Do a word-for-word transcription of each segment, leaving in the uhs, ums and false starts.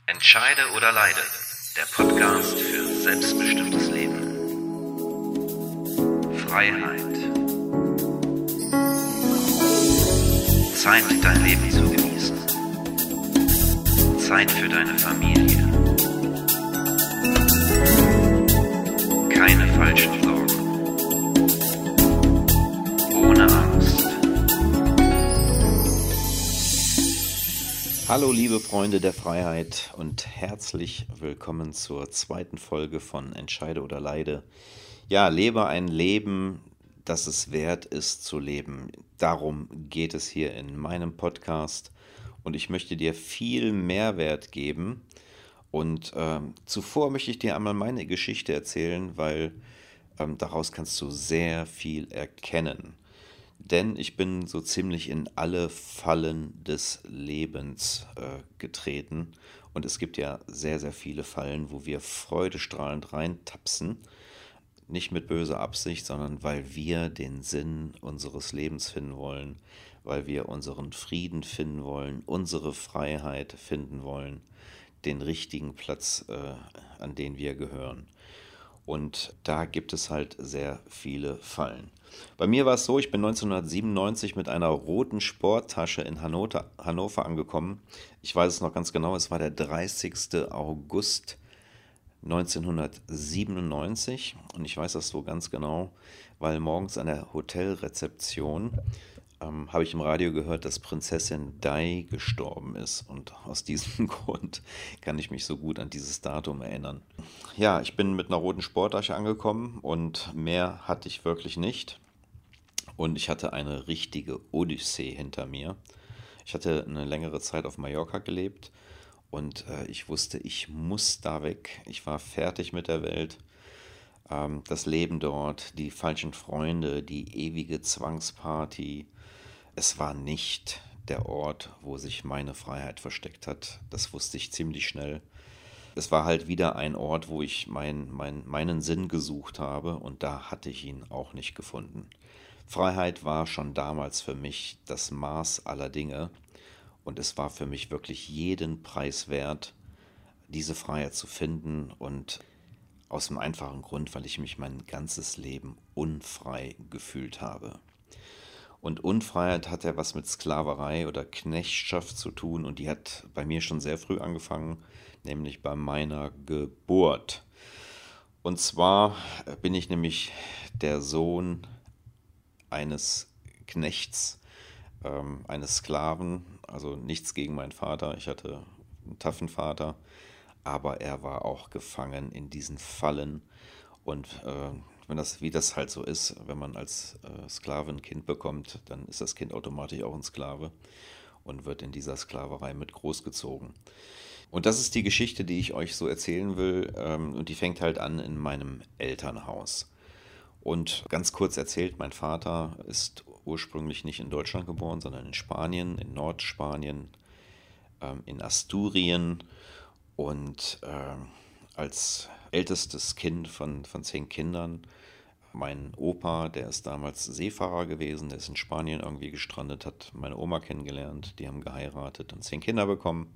Entscheide oder leide, der Podcast für selbstbestimmtes Leben. Freiheit. Zeit, dein Leben zu genießen. Zeit für deine Familie. Keine falschen Sorgen. Ohne Angst. Hallo liebe Freunde der Freiheit und herzlich willkommen zur zweiten Folge von Entscheide oder leide. Ja, lebe ein Leben, das es wert ist zu leben. Darum geht es hier in meinem Podcast und ich möchte dir viel Mehrwert geben. Und ähm, zuvor möchte ich dir einmal meine Geschichte erzählen, weil ähm, daraus kannst du sehr viel erkennen. Denn ich bin so ziemlich in alle Fallen des Lebens äh, getreten. Und es gibt ja sehr, sehr viele Fallen, wo wir freudestrahlend reintapsen. Nicht mit böser Absicht, sondern weil wir den Sinn unseres Lebens finden wollen, weil wir unseren Frieden finden wollen, unsere Freiheit finden wollen, den richtigen Platz, äh, an den wir gehören. Und da gibt es halt sehr viele Fallen. Bei mir war es so, ich bin neunzehnhundertsiebenundneunzig mit einer roten Sporttasche in Hannover, Hannover angekommen. Ich weiß es noch ganz genau, es war der dreißigster August neunzehnhundertsiebenundneunzig. Und ich weiß das so ganz genau, weil morgens an der Hotelrezeption ähm, habe ich im Radio gehört, dass Prinzessin Di gestorben ist. Und aus diesem Grund kann ich mich so gut an dieses Datum erinnern. Ja, ich bin mit einer roten Sporttasche angekommen und mehr hatte ich wirklich nicht. Und ich hatte eine richtige Odyssee hinter mir. Ich hatte eine längere Zeit auf Mallorca gelebt und äh, ich wusste, ich muss da weg. Ich war fertig mit der Welt. Ähm, das Leben dort, die falschen Freunde, die ewige Zwangsparty. Es war nicht der Ort, wo sich meine Freiheit versteckt hat. Das wusste ich ziemlich schnell. Es war halt wieder ein Ort, wo ich mein, mein, meinen Sinn gesucht habe und da hatte ich ihn auch nicht gefunden. Freiheit war schon damals für mich das Maß aller Dinge und es war für mich wirklich jeden Preis wert, diese Freiheit zu finden und aus dem einfachen Grund, weil ich mich mein ganzes Leben unfrei gefühlt habe. Und Unfreiheit hat ja was mit Sklaverei oder Knechtschaft zu tun und die hat bei mir schon sehr früh angefangen, nämlich bei meiner Geburt. Und zwar bin ich nämlich der Sohn eines Knechts, ähm, eines Sklaven, also nichts gegen meinen Vater, ich hatte einen taffen Vater, aber er war auch gefangen in diesen Fallen und äh, wenn das, wie das halt so ist, wenn man als äh, Sklave ein Kind bekommt, dann ist das Kind automatisch auch ein Sklave und wird in dieser Sklaverei mit großgezogen. Und das ist die Geschichte, die ich euch so erzählen will ähm, und die fängt halt an in meinem Elternhaus. Und ganz kurz erzählt, mein Vater ist ursprünglich nicht in Deutschland geboren, sondern in Spanien, in Nordspanien, ähm, in Asturien und äh, als ältestes Kind von, von zehn Kindern. Mein Opa, der ist damals Seefahrer gewesen, der ist in Spanien irgendwie gestrandet, hat meine Oma kennengelernt, die haben geheiratet und zehn Kinder bekommen.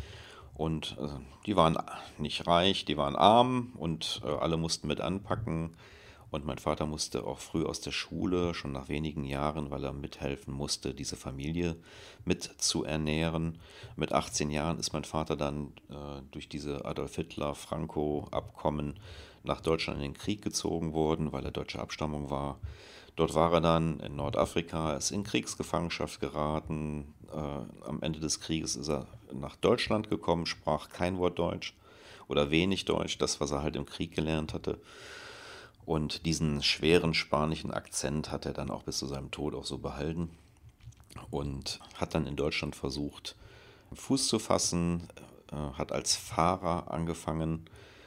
Und äh, die waren nicht reich, die waren arm und äh, alle mussten mit anpacken. Und mein Vater musste auch früh aus der Schule, schon nach wenigen Jahren, weil er mithelfen musste, diese Familie mit zu ernähren. Mit achtzehn Jahren ist mein Vater dann äh, durch diese Adolf Hitler-Franco-Abkommen nach Deutschland in den Krieg gezogen worden, weil er deutscher Abstammung war. Dort war er dann in Nordafrika, ist in Kriegsgefangenschaft geraten. Äh, am Ende des Krieges ist er nach Deutschland gekommen, sprach kein Wort Deutsch oder wenig Deutsch, das, was er halt im Krieg gelernt hatte. Und diesen schweren spanischen Akzent hat er dann auch bis zu seinem Tod auch so behalten und hat dann in Deutschland versucht, Fuß zu fassen, äh, hat als Fahrer angefangen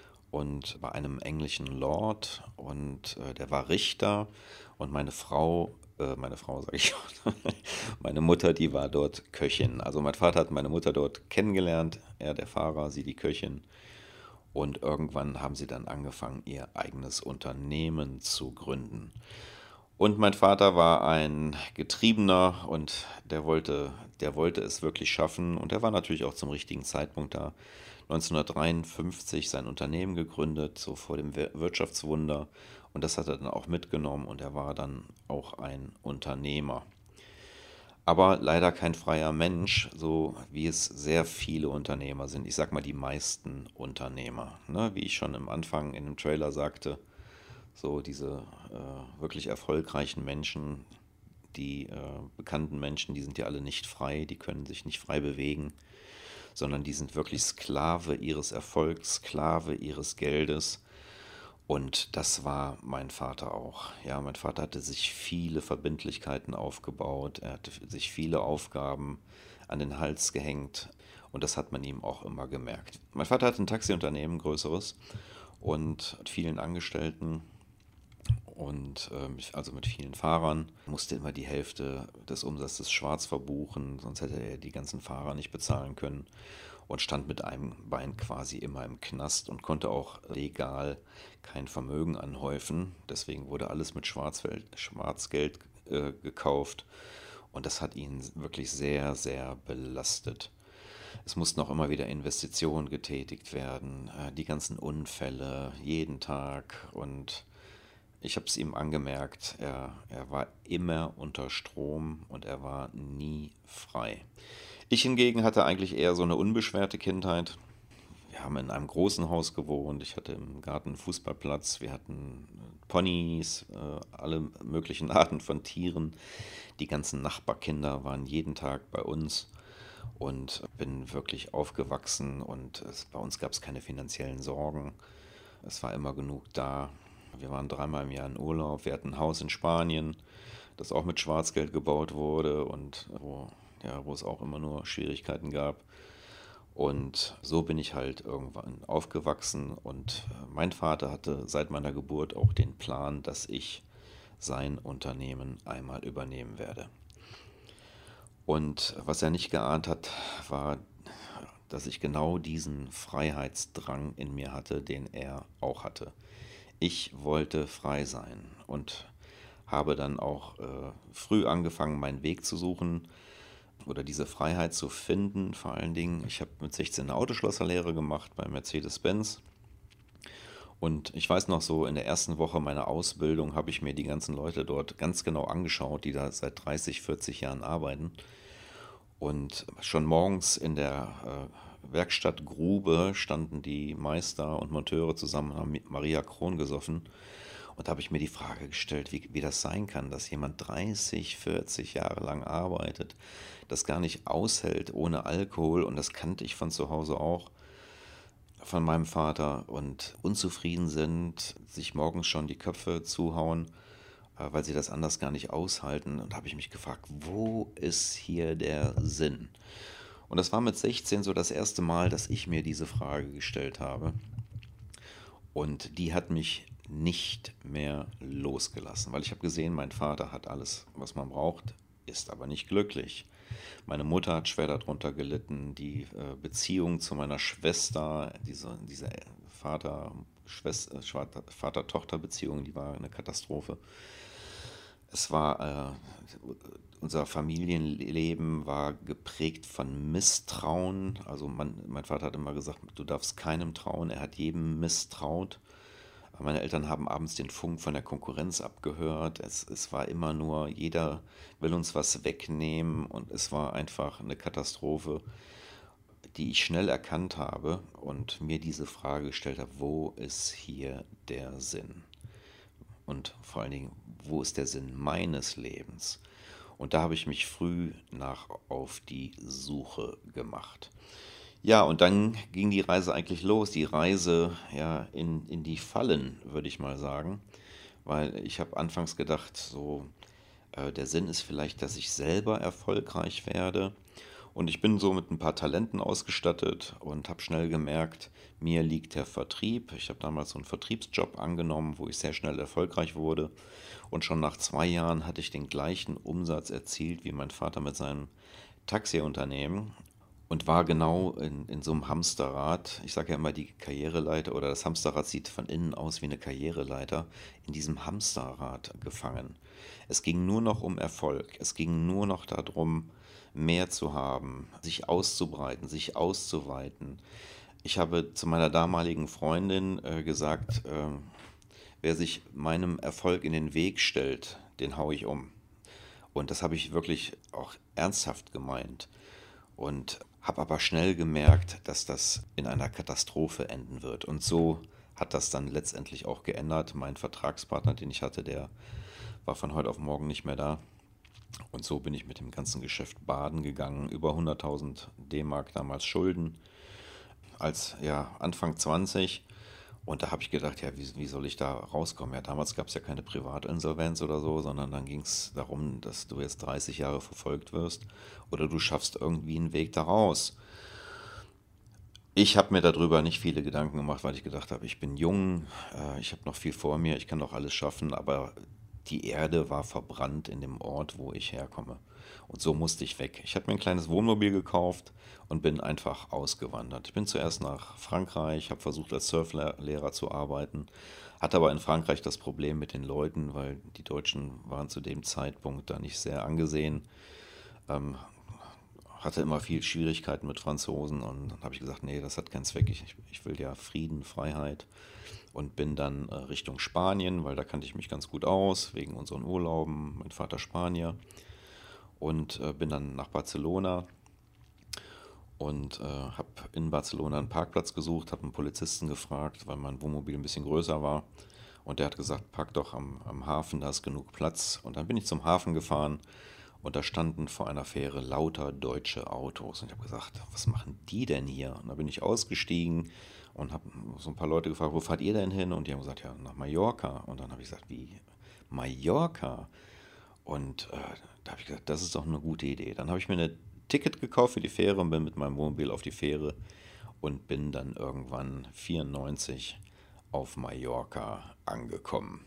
und bei einem englischen Lord und äh, der war Richter und meine Frau, äh, meine Frau sage ich, meine Mutter, die war dort Köchin. Also mein Vater hat meine Mutter dort kennengelernt, er der Fahrer, sie die Köchin. Und irgendwann haben sie dann angefangen, ihr eigenes Unternehmen zu gründen. Und mein Vater war ein Getriebener und der wollte, der wollte es wirklich schaffen. Und er war natürlich auch zum richtigen Zeitpunkt da. neunzehnhundertdreiundfünfzig sein Unternehmen gegründet, so vor dem Wir- Wirtschaftswunder. Und das hat er dann auch mitgenommen und er war dann auch ein Unternehmer. Aber leider kein freier Mensch, so wie es sehr viele Unternehmer sind. Ich sag mal die meisten Unternehmer. Ne? Wie ich schon im Anfang in dem Trailer sagte, so diese äh, wirklich erfolgreichen Menschen, die äh, bekannten Menschen, die sind ja alle nicht frei, die können sich nicht frei bewegen, sondern die sind wirklich Sklave ihres Erfolgs, Sklave ihres Geldes. Und das war mein Vater auch. Ja, mein Vater hatte sich viele Verbindlichkeiten aufgebaut, er hatte sich viele Aufgaben an den Hals gehängt und das hat man ihm auch immer gemerkt. Mein Vater hatte ein Taxiunternehmen, ein größeres, und mit vielen Angestellten und äh, mit- also mit vielen Fahrern, musste immer die Hälfte des Umsatzes schwarz verbuchen, sonst hätte er die ganzen Fahrer nicht bezahlen können und stand mit einem Bein quasi immer im Knast und konnte auch legal kein Vermögen anhäufen. Deswegen wurde alles mit Schwarzgeld, Schwarzgeld äh, gekauft und das hat ihn wirklich sehr, sehr belastet. Es mussten auch immer wieder Investitionen getätigt werden, äh, die ganzen Unfälle, jeden Tag. Und ich habe es ihm angemerkt, er, er war immer unter Strom und er war nie frei. Ich hingegen hatte eigentlich eher so eine unbeschwerte Kindheit. Wir haben in einem großen Haus gewohnt. Ich hatte im Garten einen Fußballplatz. Wir hatten Ponys, äh, alle möglichen Arten von Tieren. Die ganzen Nachbarkinder waren jeden Tag bei uns und bin wirklich aufgewachsen und es, bei uns gab es keine finanziellen Sorgen. Es war immer genug da. Wir waren dreimal im Jahr in Urlaub. Wir hatten ein Haus in Spanien, das auch mit Schwarzgeld gebaut wurde und wo, ja, wo es auch immer nur Schwierigkeiten gab. Und so bin ich halt irgendwann aufgewachsen und äh, mein Vater hatte seit meiner Geburt auch den Plan, dass ich sein Unternehmen einmal übernehmen werde. Und was er nicht geahnt hat, war, dass ich genau diesen Freiheitsdrang in mir hatte, den er auch hatte. Ich wollte frei sein und habe dann auch äh, früh angefangen, meinen Weg zu suchen oder diese Freiheit zu finden. Vor allen Dingen, ich habe mit sechzehn eine Autoschlosserlehre gemacht bei Mercedes-Benz. Und ich weiß noch so, in der ersten Woche meiner Ausbildung habe ich mir die ganzen Leute dort ganz genau angeschaut, die da seit dreißig, vierzig Jahren arbeiten. Und schon morgens in der äh, Werkstattgrube standen die Meister und Monteure zusammen, haben mit Maria Kron gesoffen. Und da habe ich mir die Frage gestellt, wie, wie das sein kann, dass jemand dreißig, vierzig Jahre lang arbeitet, das gar nicht aushält ohne Alkohol. Und das kannte ich von zu Hause auch, von meinem Vater. Und unzufrieden sind, sich morgens schon die Köpfe zuhauen, äh, weil sie das anders gar nicht aushalten. Und da habe ich mich gefragt, wo ist hier der Sinn? Und das war mit sechzehn so das erste Mal, dass ich mir diese Frage gestellt habe. Und die hat mich nicht mehr losgelassen, weil ich habe gesehen, mein Vater hat alles, was man braucht, ist aber nicht glücklich. Meine Mutter hat schwer darunter gelitten, die äh, Beziehung zu meiner Schwester, diese, diese Vater, Schwester, Vater-Tochter-Beziehung, die war eine Katastrophe. Es war, äh, unser Familienleben war geprägt von Misstrauen. Also man, mein Vater hat immer gesagt, du darfst keinem trauen. Er hat jedem misstraut. Meine Eltern haben abends den Funk von der Konkurrenz abgehört. Es, es war immer nur, jeder will uns was wegnehmen und es war einfach eine Katastrophe, die ich schnell erkannt habe und mir diese Frage gestellt habe, wo ist hier der Sinn? Und vor allen Dingen, wo ist der Sinn meines Lebens? Und da habe ich mich früh nach auf die Suche gemacht. Ja, und dann ging die Reise eigentlich los, die Reise ja in, in die Fallen, würde ich mal sagen, weil ich habe anfangs gedacht, so äh, der Sinn ist vielleicht, dass ich selber erfolgreich werde und ich bin so mit ein paar Talenten ausgestattet und habe schnell gemerkt, mir liegt der Vertrieb. Ich habe damals so einen Vertriebsjob angenommen, wo ich sehr schnell erfolgreich wurde und schon nach zwei Jahren hatte ich den gleichen Umsatz erzielt wie mein Vater mit seinem Taxiunternehmen. und war genau in, in so einem Hamsterrad. Ich sage ja immer, die Karriereleiter oder das Hamsterrad sieht von innen aus wie eine Karriereleiter, in diesem Hamsterrad gefangen. Es ging nur noch um Erfolg. Es ging nur noch darum, mehr zu haben, sich auszubreiten, sich auszuweiten. Ich habe zu meiner damaligen Freundin äh, gesagt, äh, wer sich meinem Erfolg in den Weg stellt, den haue ich um. Und das habe ich wirklich auch ernsthaft gemeint. Und habe aber schnell gemerkt, dass das in einer Katastrophe enden wird. Und so hat das dann letztendlich auch geändert. Mein Vertragspartner, den ich hatte, der war von heute auf morgen nicht mehr da. Und so bin ich mit dem ganzen Geschäft baden gegangen. Über hunderttausend D-Mark damals Schulden. Als ja, Anfang zwanzig. Und da habe ich gedacht, ja, wie, wie soll ich da rauskommen? Ja, damals gab es ja keine Privatinsolvenz oder so, sondern dann ging es darum, dass du jetzt dreißig Jahre verfolgt wirst oder du schaffst irgendwie einen Weg da raus. Ich habe mir darüber nicht viele Gedanken gemacht, weil ich gedacht habe, ich bin jung, äh, ich habe noch viel vor mir, ich kann doch alles schaffen, aber die Erde war verbrannt in dem Ort, wo ich herkomme. Und so musste ich weg. Ich habe mir ein kleines Wohnmobil gekauft und bin einfach ausgewandert. Ich bin zuerst nach Frankreich, habe versucht als Surflehrer zu arbeiten, hatte aber in Frankreich das Problem mit den Leuten, weil die Deutschen waren zu dem Zeitpunkt da nicht sehr angesehen. Ähm, hatte immer viel Schwierigkeiten mit Franzosen und dann habe ich gesagt, nee, das hat keinen Zweck. Ich, ich will ja Frieden, Freiheit und bin dann äh, Richtung Spanien, weil da kannte ich mich ganz gut aus, wegen unseren Urlauben, mein Vater Spanier und äh, bin dann nach Barcelona und äh, habe in Barcelona einen Parkplatz gesucht, habe einen Polizisten gefragt, weil mein Wohnmobil ein bisschen größer war und der hat gesagt, park doch am, am Hafen, da ist genug Platz und dann bin ich zum Hafen gefahren und da standen vor einer Fähre lauter deutsche Autos. Und ich habe gesagt, was machen die denn hier? Und da bin ich ausgestiegen und habe so ein paar Leute gefragt, wo fahrt ihr denn hin? Und die haben gesagt, ja, nach Mallorca. Und dann habe ich gesagt, wie? Mallorca? Und äh, da habe ich gesagt, das ist doch eine gute Idee. Dann habe ich mir ein Ticket gekauft für die Fähre und bin mit meinem Wohnmobil auf die Fähre und bin dann irgendwann vierundneunzig auf Mallorca angekommen.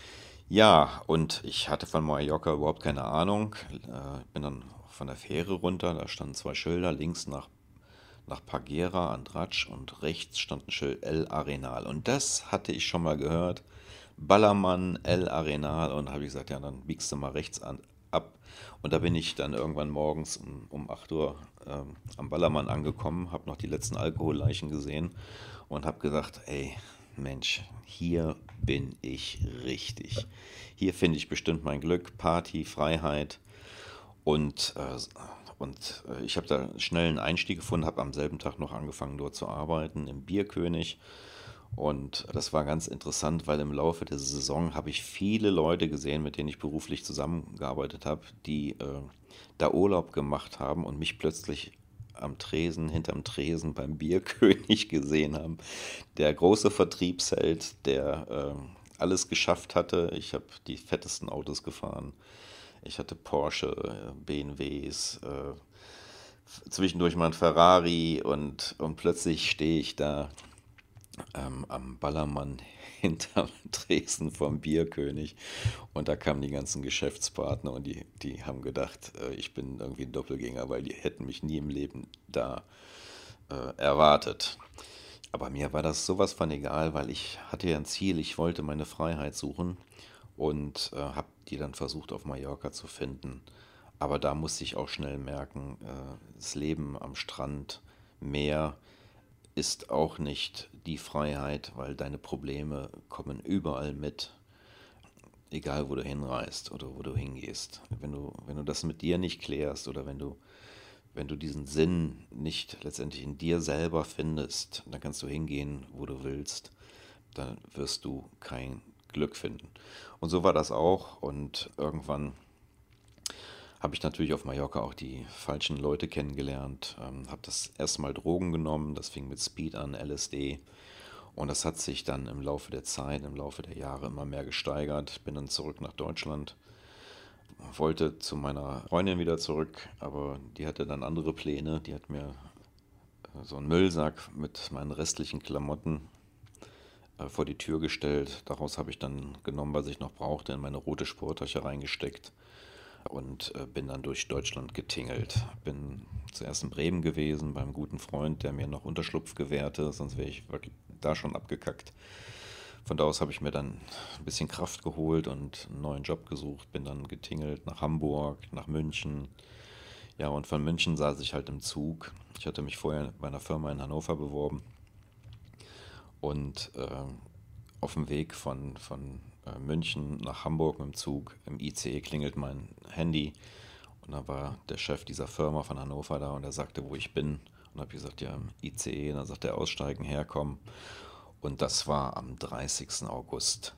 Ja, und ich hatte von Mallorca überhaupt keine Ahnung. Äh, bin dann von der Fähre runter, da standen zwei Schilder, links nach, nach Parguera, Andratx und rechts stand ein Schild El Arenal. Und das hatte ich schon mal gehört. Ballermann, El Arenal. Und da habe ich gesagt, ja, dann biegst du mal rechts an, ab. Und da bin ich dann irgendwann morgens um, um acht Uhr ähm, am Ballermann angekommen, habe noch die letzten Alkoholleichen gesehen und habe gesagt, ey, Mensch, hier bin ich richtig. Hier finde ich bestimmt mein Glück, Party, Freiheit und, äh, und äh, ich habe da schnell einen Einstieg gefunden, habe am selben Tag noch angefangen dort zu arbeiten im Bierkönig und das war ganz interessant, weil im Laufe der Saison habe ich viele Leute gesehen, mit denen ich beruflich zusammengearbeitet habe, die äh, da Urlaub gemacht haben und mich plötzlich am Tresen, hinterm Tresen beim Bierkönig gesehen haben. Der große Vertriebsheld, der äh, alles geschafft hatte. Ich habe die fettesten Autos gefahren. Ich hatte Porsche, B M Ws, äh, zwischendurch mal ein Ferrari und, und plötzlich stehe ich da ähm, am Ballermann hinterm Tresen vom Bierkönig und da kamen die ganzen Geschäftspartner und die, die haben gedacht, äh, ich bin irgendwie ein Doppelgänger, weil die hätten mich nie im Leben da äh, erwartet. Aber mir war das sowas von egal, weil ich hatte ja ein Ziel, ich wollte meine Freiheit suchen und äh, habe die dann versucht auf Mallorca zu finden. Aber da musste ich auch schnell merken, äh, das Leben am Strand, Meer, ist auch nicht die Freiheit, weil deine Probleme kommen überall mit, egal wo du hinreist oder wo du hingehst. Wenn du, wenn du das mit dir nicht klärst oder wenn du, wenn du diesen Sinn nicht letztendlich in dir selber findest, dann kannst du hingehen, wo du willst, dann wirst du kein Glück finden. Und so war das auch und irgendwann habe ich natürlich auf Mallorca auch die falschen Leute kennengelernt, ähm, habe das erste Mal Drogen genommen, das fing mit Speed an, L S D und das hat sich dann im Laufe der Zeit, im Laufe der Jahre immer mehr gesteigert. Bin dann zurück nach Deutschland, wollte zu meiner Freundin wieder zurück, aber die hatte dann andere Pläne, die hat mir äh, so einen Müllsack mit meinen restlichen Klamotten äh, vor die Tür gestellt. Daraus habe ich dann genommen, was ich noch brauchte, in meine rote Sporttasche reingesteckt. und äh, bin dann durch Deutschland getingelt. Bin zuerst in Bremen gewesen beim guten Freund, der mir noch Unterschlupf gewährte, sonst wäre ich wirklich da schon abgekackt. Von da aus habe ich mir dann ein bisschen Kraft geholt und einen neuen Job gesucht, bin dann getingelt nach Hamburg, nach München. Ja, und von München saß ich halt im Zug. Ich hatte mich vorher bei einer Firma in Hannover beworben und äh, auf dem Weg von, von äh, München nach Hamburg mit dem Zug im I C E klingelt mein Handy und da war der Chef dieser Firma von Hannover da und er sagte, wo ich bin. Und habe gesagt, ja, im I C E. Und dann sagt er, aussteigen, herkommen. Und das war am dreißigsten August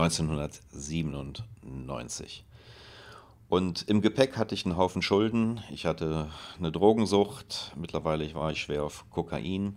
neunzehnhundertsiebenundneunzig. Und im Gepäck hatte ich einen Haufen Schulden. Ich hatte eine Drogensucht. Mittlerweile war ich schwer auf Kokain.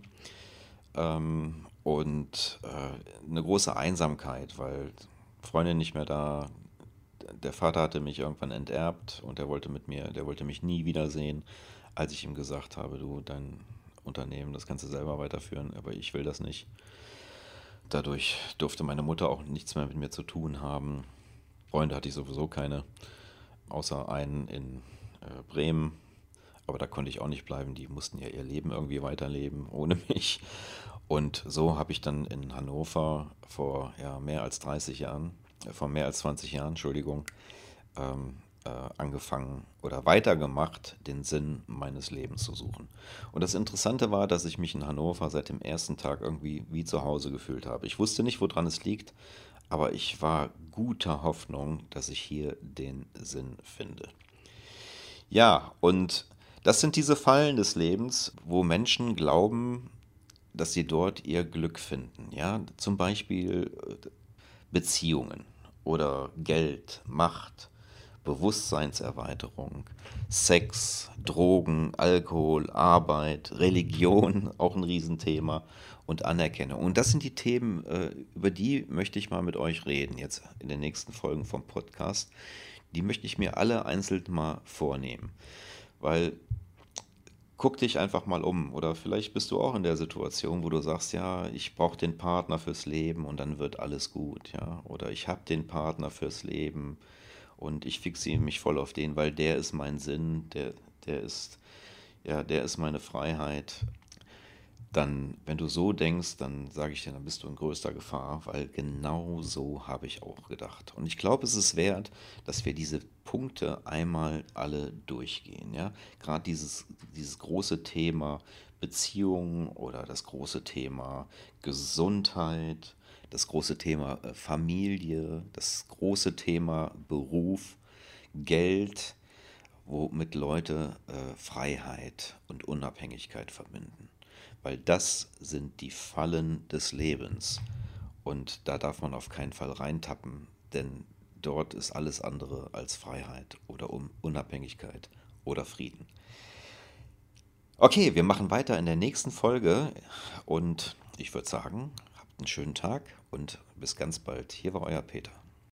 Ähm, und äh, eine große Einsamkeit, weil Freundin nicht mehr da. Der Vater hatte mich irgendwann enterbt und er wollte mit mir, der wollte mich nie wiedersehen, als ich ihm gesagt habe, du, dein Unternehmen, das kannst du selber weiterführen, aber ich will das nicht. Dadurch durfte meine Mutter auch nichts mehr mit mir zu tun haben. Freunde hatte ich sowieso keine, außer einen in äh, Bremen. Aber da konnte ich auch nicht bleiben. Die mussten ja ihr Leben irgendwie weiterleben ohne mich. Und so habe ich dann in Hannover vor ja, mehr als dreißig Jahren, äh, vor mehr als zwanzig Jahren, Entschuldigung, ähm, äh, angefangen oder weitergemacht, den Sinn meines Lebens zu suchen. Und das Interessante war, dass ich mich in Hannover seit dem ersten Tag irgendwie wie zu Hause gefühlt habe. Ich wusste nicht, woran es liegt, aber ich war guter Hoffnung, dass ich hier den Sinn finde. Ja, und das sind diese Fallen des Lebens, wo Menschen glauben, dass sie dort ihr Glück finden. Ja, zum Beispiel äh, Beziehungen oder Geld, Macht, Bewusstseinserweiterung, Sex, Drogen, Alkohol, Arbeit, Religion, auch ein Riesenthema und Anerkennung. Und das sind die Themen, äh, über die möchte ich mal mit euch reden, jetzt in den nächsten Folgen vom Podcast. Die möchte ich mir alle einzeln mal vornehmen, weil guck dich einfach mal um oder vielleicht bist du auch in der Situation, wo du sagst, ja, ich brauche den Partner fürs Leben und dann wird alles gut, ja, oder ich habe den Partner fürs Leben und ich fixiere mich voll auf den, weil der ist mein Sinn, der, der ist, ja, der ist meine Freiheit. Dann, wenn du so denkst, dann sage ich dir, dann bist du in größter Gefahr, weil genau so habe ich auch gedacht. Und ich glaube, es ist wert, dass wir diese Punkte einmal alle durchgehen. Ja? Gerade dieses, dieses große Thema Beziehungen oder das große Thema Gesundheit, das große Thema äh, Familie, das große Thema Beruf, Geld, womit Leute äh, Freiheit und Unabhängigkeit verbinden. Weil das sind die Fallen des Lebens. Und da darf man auf keinen Fall reintappen, denn dort ist alles andere als Freiheit oder Unabhängigkeit oder Frieden. Okay, wir machen weiter in der nächsten Folge und ich würde sagen, habt einen schönen Tag und bis ganz bald. Hier war euer Peter.